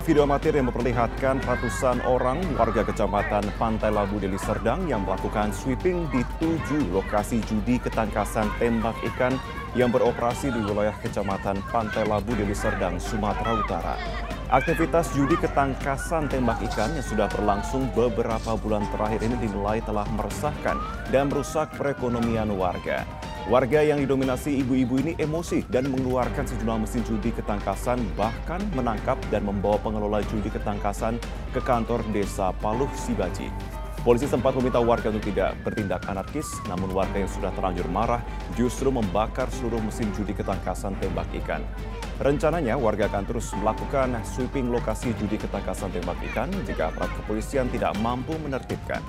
video amatir yang memperlihatkan ratusan orang warga Kecamatan Pantai Labu Deli Serdang yang melakukan sweeping di 7 lokasi judi ketangkasan tembak ikan yang beroperasi di wilayah Kecamatan Pantai Labu Deli Serdang, Sumatera Utara. Aktivitas judi ketangkasan tembak ikan yang sudah berlangsung beberapa bulan terakhir ini dinilai telah meresahkan dan merusak perekonomian warga. Warga yang didominasi ibu-ibu ini emosi dan mengeluarkan sejumlah mesin judi ketangkasan, bahkan menangkap dan membawa pengelola judi ketangkasan ke kantor desa Paluh Sibaji. Polisi sempat meminta warga untuk tidak bertindak anarkis, namun warga yang sudah terlanjur marah justru membakar seluruh mesin judi ketangkasan tembak ikan. Rencananya warga akan terus melakukan sweeping lokasi judi ketangkasan tembak ikan jika aparat kepolisian tidak mampu menertibkan.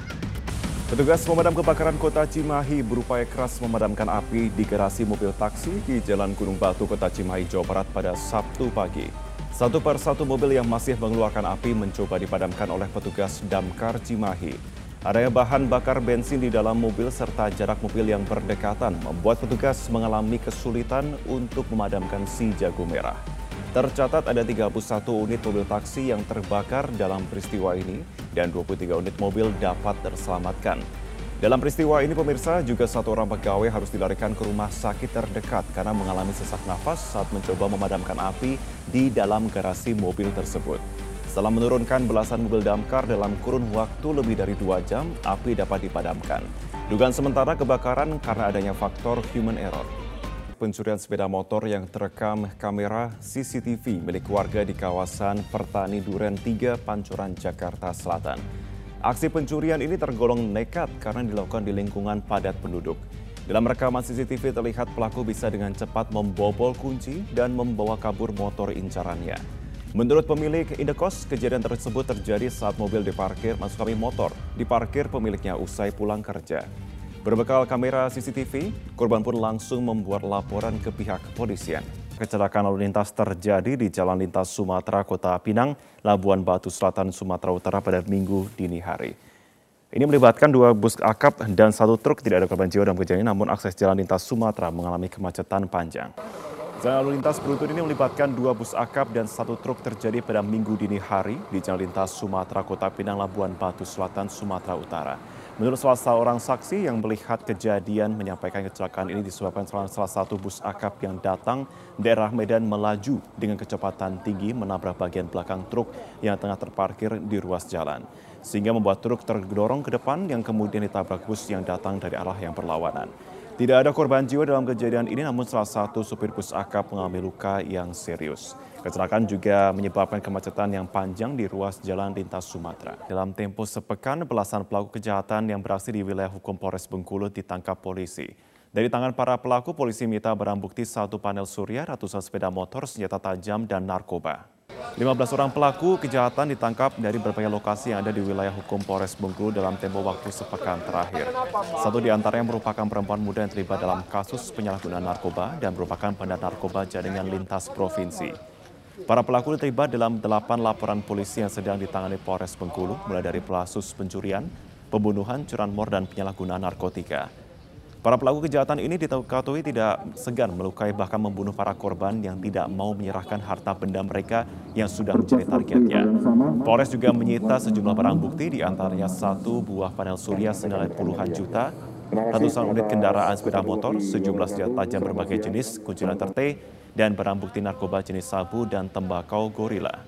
Petugas pemadam kebakaran Kota Cimahi berupaya keras memadamkan api di garasi mobil taksi di Jalan Gunung Batu, Kota Cimahi, Jawa Barat pada Sabtu pagi. Satu persatu mobil yang masih mengeluarkan api mencoba dipadamkan oleh petugas Damkar Cimahi. Adanya bahan bakar bensin di dalam mobil serta jarak mobil yang berdekatan membuat petugas mengalami kesulitan untuk memadamkan si jago merah. Tercatat ada 31 unit mobil taksi yang terbakar dalam peristiwa ini dan 23 unit mobil dapat terselamatkan. Dalam peristiwa ini pemirsa, juga satu orang pegawai harus dilarikan ke rumah sakit terdekat karena mengalami sesak nafas saat mencoba memadamkan api di dalam garasi mobil tersebut. Setelah menurunkan belasan mobil damkar dalam kurun waktu lebih dari 2 jam, api dapat dipadamkan. Dugaan sementara kebakaran karena adanya faktor human error. Pencurian sepeda motor yang terekam kamera CCTV milik warga di kawasan Pertani Duren 3, Pancoran, Jakarta Selatan. Aksi pencurian ini tergolong nekat karena dilakukan di lingkungan padat penduduk. Dalam rekaman CCTV terlihat pelaku bisa dengan cepat membobol kunci dan membawa kabur motor incarannya. Menurut pemilik indekos, kejadian tersebut terjadi saat mobil diparkir, maksud kami motor, diparkir pemiliknya usai pulang kerja. Berbekal kamera CCTV, korban pun langsung membuat laporan ke pihak kepolisian. Kecelakaan lalu lintas terjadi di Jalan Lintas Sumatera, Kota Pinang, Labuan Batu Selatan, Sumatera Utara pada Minggu dini hari. Ini melibatkan 2 bus akap dan 1 truk. Tidak ada korban jiwa dalam kejadian ini, namun akses Jalan Lintas Sumatera mengalami kemacetan panjang. Jalan lalu lintas beruntun ini melibatkan 2 bus akap dan 1 truk terjadi pada Minggu dini hari di Jalan Lintas Sumatera, Kota Pinang, Labuan Batu Selatan, Sumatera Utara. Menurut salah seorang saksi yang melihat kejadian menyampaikan kecelakaan ini disebabkan salah satu bus akap yang datang daerah Medan melaju dengan kecepatan tinggi menabrak bagian belakang truk yang tengah terparkir di ruas jalan. Sehingga membuat truk terdorong ke depan yang kemudian ditabrak bus yang datang dari arah yang berlawanan. Tidak ada korban jiwa dalam kejadian ini, namun salah satu supir bus akap mengalami luka yang serius. Kecelakaan juga menyebabkan kemacetan yang panjang di ruas Jalan Lintas Sumatera. Dalam tempo sepekan, belasan pelaku kejahatan yang beraksi di wilayah hukum Polres Bengkulu ditangkap polisi. Dari tangan para pelaku, polisi minta barang bukti 1 panel surya, ratusan sepeda motor, senjata tajam, dan narkoba. 15 orang pelaku kejahatan ditangkap dari berbagai lokasi yang ada di wilayah hukum Polres Bengkulu dalam tempo waktu sepekan terakhir. Satu di antaranya merupakan perempuan muda yang terlibat dalam kasus penyalahgunaan narkoba dan merupakan bandar narkoba jaringan lintas provinsi. Para pelaku terlibat dalam 8 laporan polisi yang sedang ditangani Polres Bengkulu, mulai dari kasus pencurian, pembunuhan, curanmor, dan penyalahgunaan narkotika. Para pelaku kejahatan ini diketahui tidak segan melukai bahkan membunuh para korban yang tidak mau menyerahkan harta benda mereka yang sudah menjadi targetnya. Polres juga menyita sejumlah barang bukti, diantaranya 1 buah panel surya senilai puluhan juta, ratusan unit kendaraan sepeda motor, sejumlah senjata tajam berbagai jenis, kunci letter T, dan barang bukti narkoba jenis sabu dan tembakau gorila.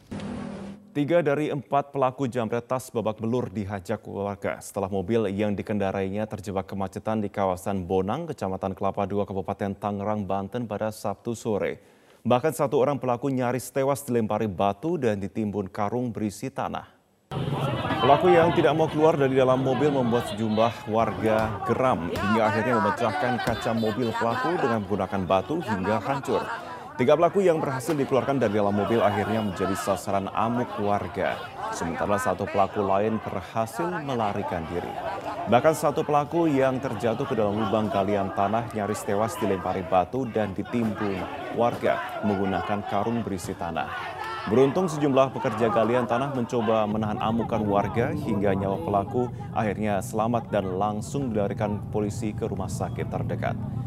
3 dari 4 pelaku jambret tas babak belur dihajar warga setelah mobil yang dikendarainya terjebak kemacetan di kawasan Bonang, Kecamatan Kelapa II, Kabupaten Tangerang, Banten pada Sabtu sore. Bahkan 1 orang pelaku nyaris tewas dilempari batu dan ditimbun karung berisi tanah. Pelaku yang tidak mau keluar dari dalam mobil membuat sejumlah warga geram hingga akhirnya memecahkan kaca mobil pelaku dengan menggunakan batu hingga hancur. 3 pelaku yang berhasil dikeluarkan dari dalam mobil akhirnya menjadi sasaran amuk warga. Sementara 1 pelaku lain berhasil melarikan diri. Bahkan 1 pelaku yang terjatuh ke dalam lubang galian tanah nyaris tewas dilempari batu dan ditimbun warga menggunakan karung berisi tanah. Beruntung sejumlah pekerja galian tanah mencoba menahan amukan warga hingga nyawa pelaku akhirnya selamat dan langsung dilarikan polisi ke rumah sakit terdekat.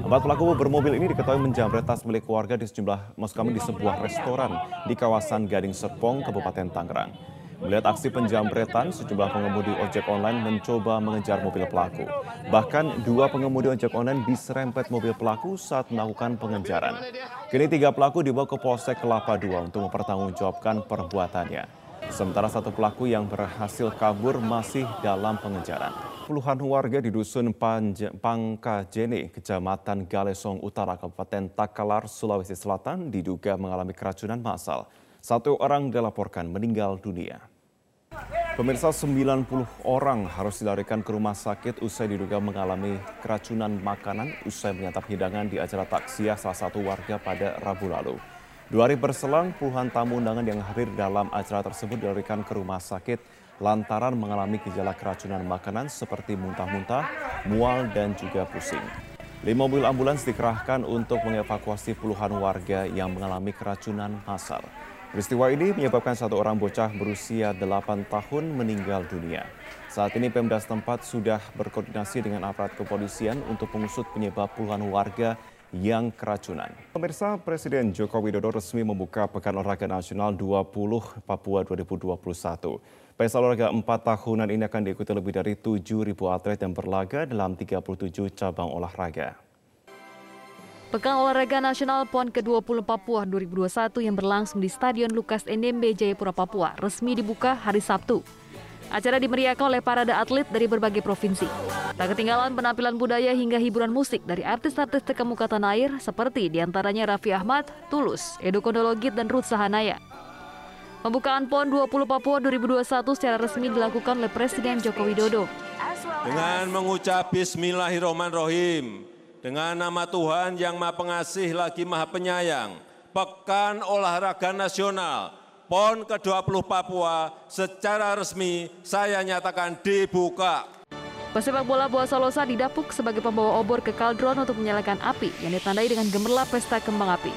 Empat pelaku bermobil ini diketahui menjamret tas milik warga di sebuah restoran di kawasan Gading Serpong, Kabupaten Tangerang. Melihat aksi penjamretan, sejumlah pengemudi ojek online mencoba mengejar mobil pelaku. Bahkan dua pengemudi ojek online diserempet mobil pelaku saat melakukan pengejaran. Kini tiga pelaku dibawa ke Polsek Kelapa II untuk mempertanggungjawabkan perbuatannya. Sementara satu pelaku yang berhasil kabur masih dalam pengejaran. Puluhan warga di Dusun Pangkajene, Kecamatan Galesong Utara, Kabupaten Takalar, Sulawesi Selatan diduga mengalami keracunan massal. Satu orang dilaporkan meninggal dunia. Pemirsa, 90 orang harus dilarikan ke rumah sakit usai diduga mengalami keracunan makanan usai menyantap hidangan di acara takziah salah satu warga pada Rabu lalu. 2 hari berselang, puluhan tamu undangan yang hadir dalam acara tersebut dilarikan ke rumah sakit lantaran mengalami gejala keracunan makanan seperti muntah-muntah, mual, dan juga pusing. 5 mobil ambulans dikerahkan untuk mengevakuasi puluhan warga yang mengalami keracunan massal. Peristiwa ini menyebabkan satu orang bocah berusia 8 tahun meninggal dunia. Saat ini Pemda setempat sudah berkoordinasi dengan aparat kepolisian untuk mengusut penyebab puluhan warga yang keracunan. Pemirsa, Presiden Joko Widodo resmi membuka Pekan Olahraga Nasional 20 Papua 2021. Pesta olahraga 4 tahunan ini akan diikuti lebih dari 7.000 atlet yang berlaga dalam 37 cabang olahraga. Pekan Olahraga Nasional PON ke-20 Papua 2021 yang berlangsung di Stadion Lukas NMB Jayapura, Papua resmi dibuka hari Sabtu. Acara dimeriahkan oleh parade atlet dari berbagai provinsi. Tak ketinggalan penampilan budaya hingga hiburan musik dari artis-artis terkemuka tanah air seperti diantaranya Raffi Ahmad, Tulus, Edo Kondologit, dan Ruth Sahanaya. Pembukaan PON 20 Papua 2021 secara resmi dilakukan oleh Presiden Joko Widodo. Dengan mengucap Bismillahirrahmanirrahim, dengan nama Tuhan yang Maha Pengasih lagi Maha Penyayang, Pekan Olahraga Nasional PON ke-20 Papua secara resmi saya nyatakan dibuka. Pesepak bola Boa Salosa didapuk sebagai pembawa obor ke kaldron untuk menyalakan api yang ditandai dengan gemerlap pesta kembang api.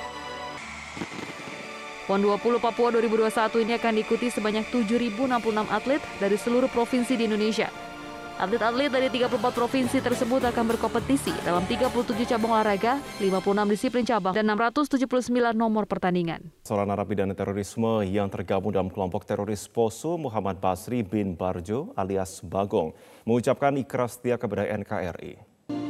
PON 20 Papua 2021 ini akan diikuti sebanyak 7.066 atlet dari seluruh provinsi di Indonesia. Atlet-atlet dari 34 provinsi tersebut akan berkompetisi dalam 37 cabang olahraga, 56 disiplin cabang, dan 679 nomor pertandingan. Seorang narapidana terorisme yang tergabung dalam kelompok teroris Poso, Muhammad Basri bin Barjo alias Bagong, mengucapkan ikrar setia kepada NKRI.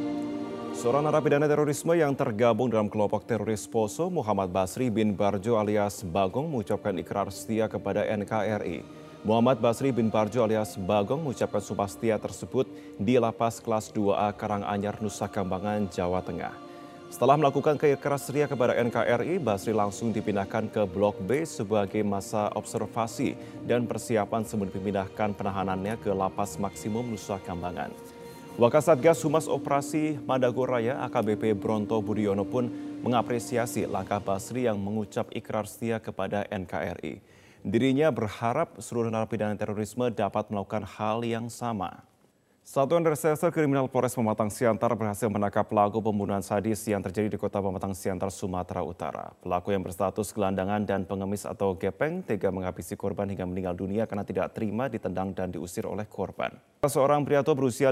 Seorang narapidana terorisme yang tergabung dalam kelompok teroris Poso, Muhammad Basri bin Barjo alias Bagong mengucapkan ikrar setia kepada NKRI. Muhammad Basri bin Barjo alias Bagong mengucapkan sumpah setia tersebut di Lapas Kelas 2A Karanganyar, Nusa Kambangan, Jawa Tengah. Setelah melakukan keikrar setia kepada NKRI, Basri langsung dipindahkan ke Blok B sebagai masa observasi dan persiapan sebelum dipindahkan penahanannya ke Lapas Maksimum Nusa Kambangan. Wakasatgas Humas Operasi Madagoraya AKBP Bronto Budiono pun mengapresiasi langkah Basri yang mengucap ikrar setia kepada NKRI. Dirinya berharap seluruh narapidana terorisme dapat melakukan hal yang sama. Satuan Reserse Kriminal Polres Pematang Siantar berhasil menangkap pelaku pembunuhan sadis yang terjadi di Kota Pematang Siantar, Sumatera Utara. Pelaku yang berstatus gelandangan dan pengemis atau gepeng tega menghabisi korban hingga meninggal dunia karena tidak terima ditendang dan diusir oleh korban. Seorang pria tua berusia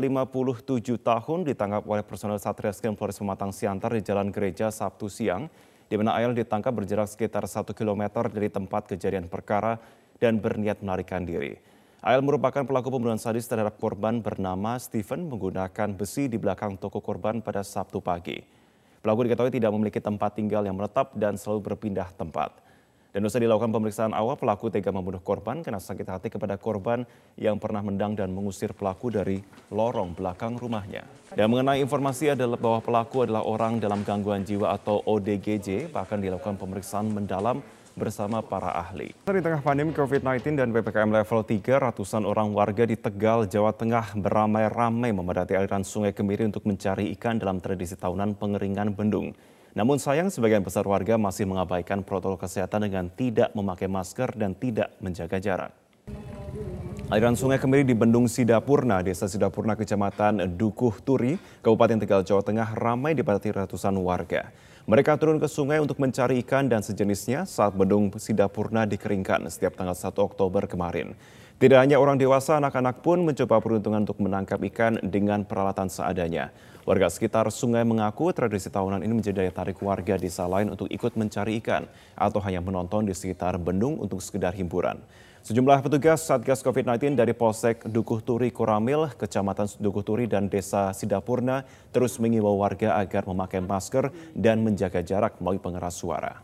57 tahun ditangkap oleh personel Satreskrim Polres Pematang Siantar di Jalan Gereja Sabtu siang, di mana Ayel ditangkap berjarak sekitar 1 km dari tempat kejadian perkara dan berniat melarikan diri. Ayel merupakan pelaku pembunuhan sadis terhadap korban bernama Steven menggunakan besi di belakang toko korban pada Sabtu pagi. Pelaku diketahui tidak memiliki tempat tinggal yang menetap dan selalu berpindah tempat. Dan usai dilakukan pemeriksaan awal, pelaku tega membunuh korban karena sakit hati kepada korban yang pernah mendang dan mengusir pelaku dari lorong belakang rumahnya. Dan mengenai informasi adalah bahwa pelaku adalah orang dalam gangguan jiwa atau ODGJ, bahkan dilakukan pemeriksaan mendalam bersama para ahli. Di tengah pandemi COVID-19 dan PPKM level 3, ratusan orang warga di Tegal, Jawa Tengah beramai-ramai memadati aliran Sungai Kemiri untuk mencari ikan dalam tradisi tahunan pengeringan bendung. Namun sayang sebagian besar warga masih mengabaikan protokol kesehatan dengan tidak memakai masker dan tidak menjaga jarak. Aliran Sungai Kemiri di Bendung Sidapurna, Desa Sidapurna, Kecamatan Dukuh Turi, Kabupaten Tegal, Jawa Tengah ramai dipadati ratusan warga. Mereka turun ke sungai untuk mencari ikan dan sejenisnya saat Bendung Sidapurna dikeringkan setiap tanggal 1 Oktober kemarin. Tidak hanya orang dewasa, anak-anak pun mencoba peruntungan untuk menangkap ikan dengan peralatan seadanya. Warga sekitar sungai mengaku tradisi tahunan ini menjadi daya tarik warga desa lain untuk ikut mencari ikan atau hanya menonton di sekitar bendung untuk sekedar hiburan. Sejumlah petugas Satgas COVID-19 dari Polsek Dukuh Turi Koramil, Kecamatan Dukuh Turi dan Desa Sidapurna terus mengimbau warga agar memakai masker dan menjaga jarak melalui pengeras suara.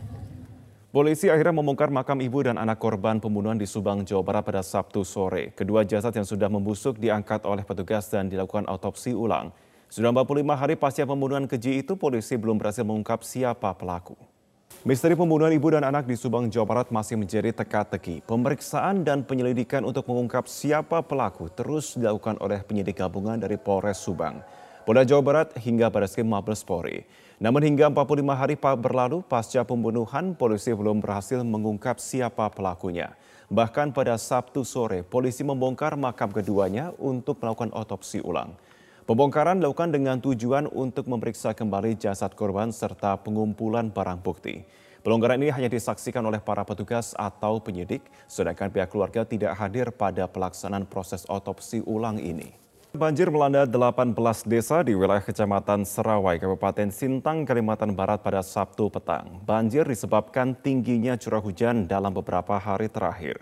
Polisi akhirnya membongkar makam ibu dan anak korban pembunuhan di Subang, Jawa Barat pada Sabtu sore. Kedua jasad yang sudah membusuk diangkat oleh petugas dan dilakukan autopsi ulang. Sudah 45 hari pasca pembunuhan keji itu, polisi belum berhasil mengungkap siapa pelaku. Misteri pembunuhan ibu dan anak di Subang, Jawa Barat masih menjadi teka-teki. Pemeriksaan dan penyelidikan untuk mengungkap siapa pelaku terus dilakukan oleh penyidik gabungan dari Polres Subang, Polda Jawa Barat hingga Barreskrim Mabes Polri. Namun hingga 45 hari berlalu pasca pembunuhan, polisi belum berhasil mengungkap siapa pelakunya. Bahkan pada Sabtu sore, polisi membongkar makam keduanya untuk melakukan otopsi ulang. Pembongkaran dilakukan dengan tujuan untuk memeriksa kembali jasad korban serta pengumpulan barang bukti. Pelonggaran ini hanya disaksikan oleh para petugas atau penyidik, sedangkan pihak keluarga tidak hadir pada pelaksanaan proses otopsi ulang ini. Banjir melanda 18 desa di wilayah Kecamatan Serawai, Kabupaten Sintang, Kalimantan Barat pada Sabtu petang. Banjir disebabkan tingginya curah hujan dalam beberapa hari terakhir.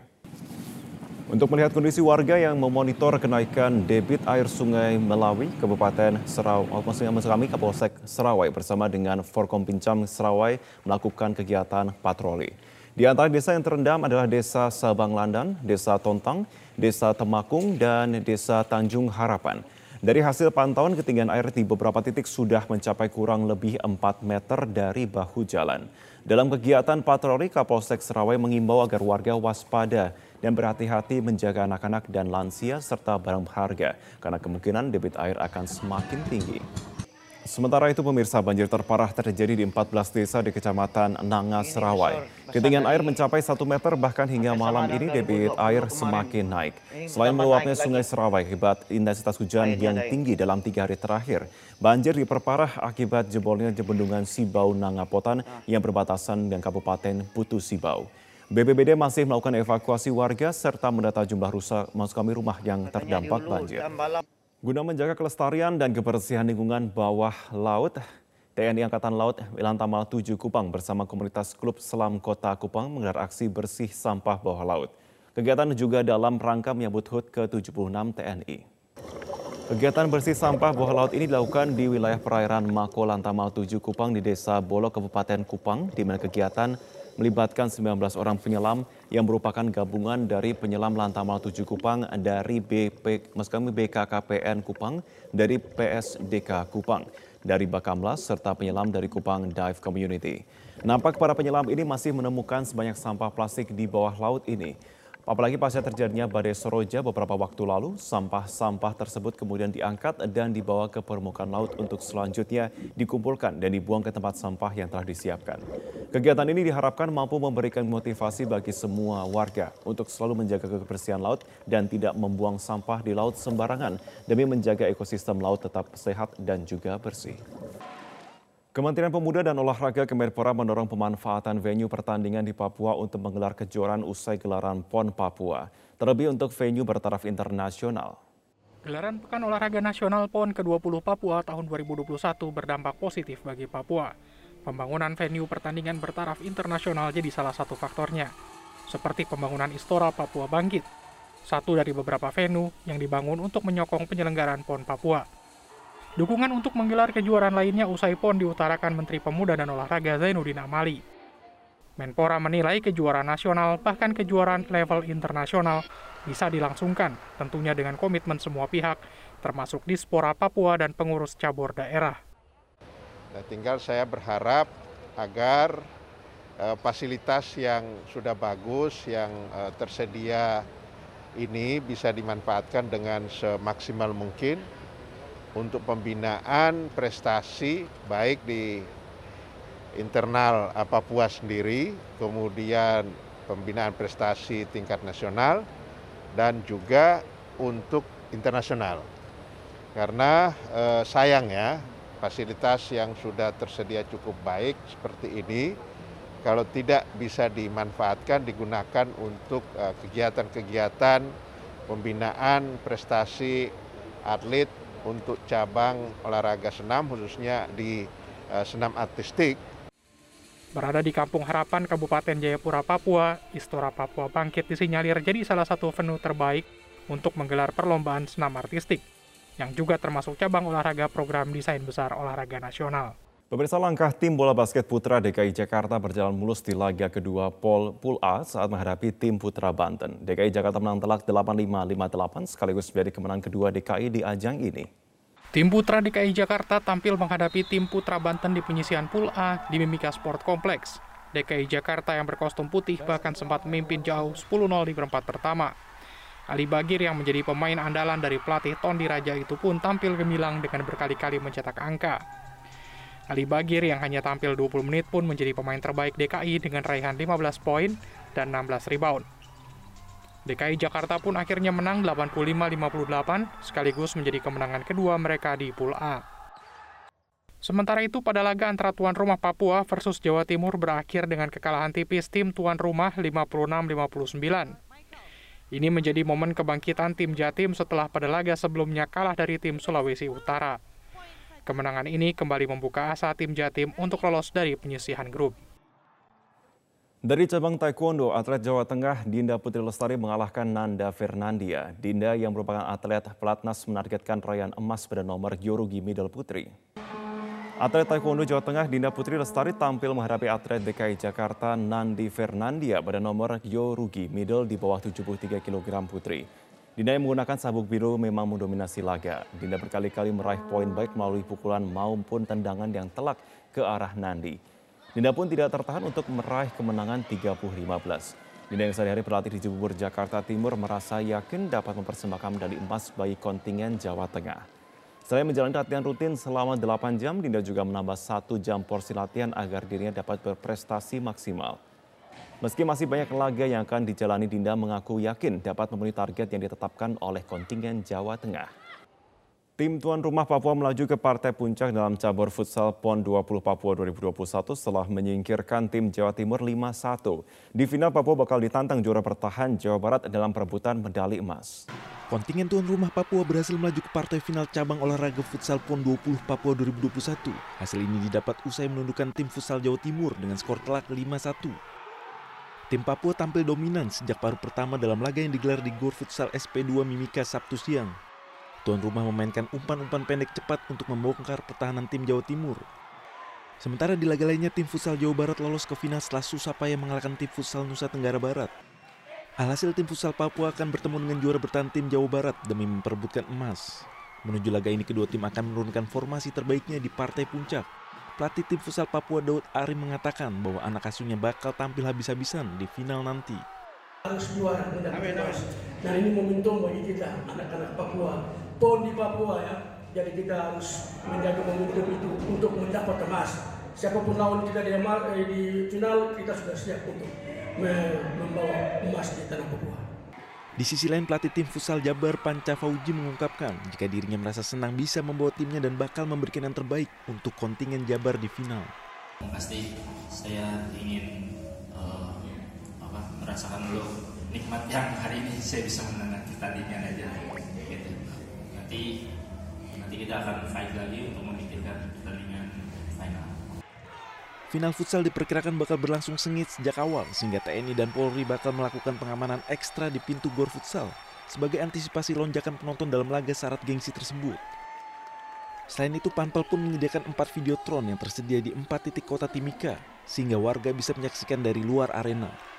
Untuk melihat kondisi warga yang memonitor kenaikan debit air Sungai Melawi, Kabupaten Serawai, Kapolsek Serawai bersama dengan Forkompinjam Serawai melakukan kegiatan patroli. Di antara desa yang terendam adalah Desa Sabang Landan, Desa Tontang, Desa Temakung, dan Desa Tanjung Harapan. Dari hasil pantauan, ketinggian air di beberapa titik sudah mencapai kurang lebih 4 meter dari bahu jalan. Dalam kegiatan patroli, Kapolsek Serawai mengimbau agar warga waspada dan berhati-hati menjaga anak-anak dan lansia serta barang berharga, karena kemungkinan debit air akan semakin tinggi. Sementara itu, pemirsa, banjir terparah terjadi di 14 desa di Kecamatan Nanga, Serawai. Ketinggian air mencapai 1 meter, bahkan hingga malam ini debit air semakin naik. Selain meluapnya Sungai Serawai akibat intensitas hujan yang tinggi dalam 3 hari terakhir, banjir diperparah akibat jebolnya bendungan Sibau Nangapotan yang berbatasan dengan Kabupaten Putu Sibau. BPBD masih melakukan evakuasi warga serta mendata jumlah rumah yang terdampak banjir. Guna menjaga kelestarian dan kebersihan lingkungan bawah laut, TNI Angkatan Laut Lantamal 7 Kupang bersama komunitas Klub Selam Kota Kupang menggelar aksi bersih sampah bawah laut. Kegiatan juga dalam rangka menyambut HUT ke-76 TNI. Kegiatan bersih sampah bawah laut ini dilakukan di wilayah perairan Mako Lantamal 7 Kupang di Desa Bolok, Kabupaten Kupang, di mana kegiatan melibatkan 19 orang penyelam yang merupakan gabungan dari penyelam Lantamal 7 Kupang, dari BKKPN Kupang, dari PSDK Kupang, dari Bakamlas, serta penyelam dari Kupang Dive Community. Nampak para penyelam ini masih menemukan sebanyak sampah plastik di bawah laut ini. Apalagi pasca terjadinya badai Soroja beberapa waktu lalu, sampah-sampah tersebut kemudian diangkat dan dibawa ke permukaan laut untuk selanjutnya dikumpulkan dan dibuang ke tempat sampah yang telah disiapkan. Kegiatan ini diharapkan mampu memberikan motivasi bagi semua warga untuk selalu menjaga kebersihan laut dan tidak membuang sampah di laut sembarangan demi menjaga ekosistem laut tetap sehat dan juga bersih. Kementerian Pemuda dan Olahraga Kemenpora mendorong pemanfaatan venue pertandingan di Papua untuk menggelar kejuaraan usai gelaran PON Papua, terlebih untuk venue bertaraf internasional. Gelaran Pekan Olahraga Nasional PON ke-20 Papua tahun 2021 berdampak positif bagi Papua. Pembangunan venue pertandingan bertaraf internasional jadi salah satu faktornya, seperti pembangunan Istora Papua Bangkit, satu dari beberapa venue yang dibangun untuk menyokong penyelenggaraan PON Papua. Dukungan untuk menggelar kejuaraan lainnya usai PON diutarakan Menteri Pemuda dan Olahraga Zainuddin Amali. Menpora menilai kejuaraan nasional bahkan kejuaraan level internasional bisa dilangsungkan, tentunya dengan komitmen semua pihak, termasuk Dispora Papua dan pengurus cabur daerah. Nah, tinggal saya berharap agar fasilitas yang sudah bagus, yang tersedia ini bisa dimanfaatkan dengan semaksimal mungkin untuk pembinaan prestasi baik di internal Papua sendiri, kemudian pembinaan prestasi tingkat nasional, dan juga untuk internasional. Karena sayangnya fasilitas yang sudah tersedia cukup baik seperti ini kalau tidak bisa dimanfaatkan, digunakan untuk kegiatan-kegiatan pembinaan prestasi atlet untuk cabang olahraga senam, khususnya di senam artistik. Berada di Kampung Harapan, Kabupaten Jayapura, Papua, Istora Papua Bangkit disinyalir jadi salah satu venue terbaik untuk menggelar perlombaan senam artistik, yang juga termasuk cabang olahraga program desain besar olahraga nasional. Pemirsa, langkah tim bola basket putra DKI Jakarta berjalan mulus di laga kedua Pool A saat menghadapi tim putra Banten. DKI Jakarta menang telak 85-58 sekaligus menjadi kemenangan kedua DKI di ajang ini. Tim putra DKI Jakarta tampil menghadapi tim putra Banten di penyisihan Pool A di Mimika Sport Complex. DKI Jakarta yang berkostum putih bahkan sempat memimpin jauh 10-0 di perempat pertama. Ali Bagir yang menjadi pemain andalan dari pelatih Tondi Raja itu pun tampil gemilang dengan berkali-kali mencetak angka. Ali Bagir yang hanya tampil 20 menit pun menjadi pemain terbaik DKI dengan raihan 15 poin dan 16 rebound. DKI Jakarta pun akhirnya menang 85-58 sekaligus menjadi kemenangan kedua mereka di Pool A. Sementara itu pada laga antara tuan rumah Papua versus Jawa Timur berakhir dengan kekalahan tipis tim tuan rumah 56-59. Ini menjadi momen kebangkitan tim Jatim setelah pada laga sebelumnya kalah dari tim Sulawesi Utara. Kemenangan ini kembali membuka asa tim Jatim untuk lolos dari penyisihan grup. Dari cabang taekwondo, atlet Jawa Tengah Dinda Putri Lestari mengalahkan Nanda Fernandia. Dinda yang merupakan atlet pelatnas menargetkan raihan emas pada nomor Gyorugi Middle Putri. Atlet taekwondo Jawa Tengah Dinda Putri Lestari tampil menghadapi atlet DKI Jakarta Nandi Fernandia pada nomor Gyorugi Middle di bawah 73 kg putri. Dinda yang menggunakan sabuk biru memang mendominasi laga. Dinda berkali-kali meraih poin baik melalui pukulan maupun tendangan yang telak ke arah Nandi. Dinda pun tidak tertahan untuk meraih kemenangan 30-15. Dinda yang sehari-hari berlatih di Cibubur, Jakarta Timur merasa yakin dapat mempersembahkan medali emas bagi kontingen Jawa Tengah. Selain menjalani latihan rutin selama 8 jam, Dinda juga menambah 1 jam porsi latihan agar dirinya dapat berprestasi maksimal. Meski masih banyak laga yang akan dijalani, Dinda mengaku yakin dapat memenuhi target yang ditetapkan oleh kontingen Jawa Tengah. Tim tuan rumah Papua melaju ke partai puncak dalam cabur futsal PON 20 Papua 2021 setelah menyingkirkan tim Jawa Timur 5-1. Di final, Papua bakal ditantang juara bertahan Jawa Barat dalam perebutan medali emas. Kontingen tuan rumah Papua berhasil melaju ke partai final cabang olahraga futsal PON 20 Papua 2021. Hasil ini didapat usai menundukkan tim futsal Jawa Timur dengan skor telak 5-1. Tim Papua tampil dominan sejak paruh pertama dalam laga yang digelar di Gor Futsal SP2 Mimika Sabtu siang. Tuan rumah memainkan umpan-umpan pendek cepat untuk membongkar pertahanan tim Jawa Timur. Sementara di laga lainnya, tim futsal Jawa Barat lolos ke final setelah susah payah mengalahkan tim futsal Nusa Tenggara Barat. Alhasil tim futsal Papua akan bertemu dengan juara bertahan tim Jawa Barat demi memperebutkan emas. Menuju laga ini, kedua tim akan menurunkan formasi terbaiknya di partai puncak. Pelatih tim futsal Papua Daud Ari mengatakan bahwa anak asuhnya bakal tampil habis-habisan di final nanti. Harus juara mendapat emas. Dan ini momentum bagi kita anak-anak Papua, PON di Papua ya. Jadi kita harus menjaga momentum itu untuk mendapat emas. Siapapun lawan kita di final, kita sudah siap untuk membawa emas di tanah Papua. Di sisi lain, pelatih tim futsal Jabar Panca Fauji mengungkapkan jika dirinya merasa senang bisa membawa timnya dan bakal memberikan yang terbaik untuk kontingen Jabar di final. Pasti saya ingin merasakan dulu nikmat yang hari ini saya bisa menang pertandingan aja gitu. Nanti kita akan fight lagi untuk memikirkan pertandingan final. Final futsal diperkirakan bakal berlangsung sengit sejak awal sehingga TNI dan Polri bakal melakukan pengamanan ekstra di pintu Gor Futsal sebagai antisipasi lonjakan penonton dalam laga syarat gengsi tersebut. Selain itu, Panpel pun menyediakan 4 videotron yang tersedia di 4 titik kota Timika sehingga warga bisa menyaksikan dari luar arena.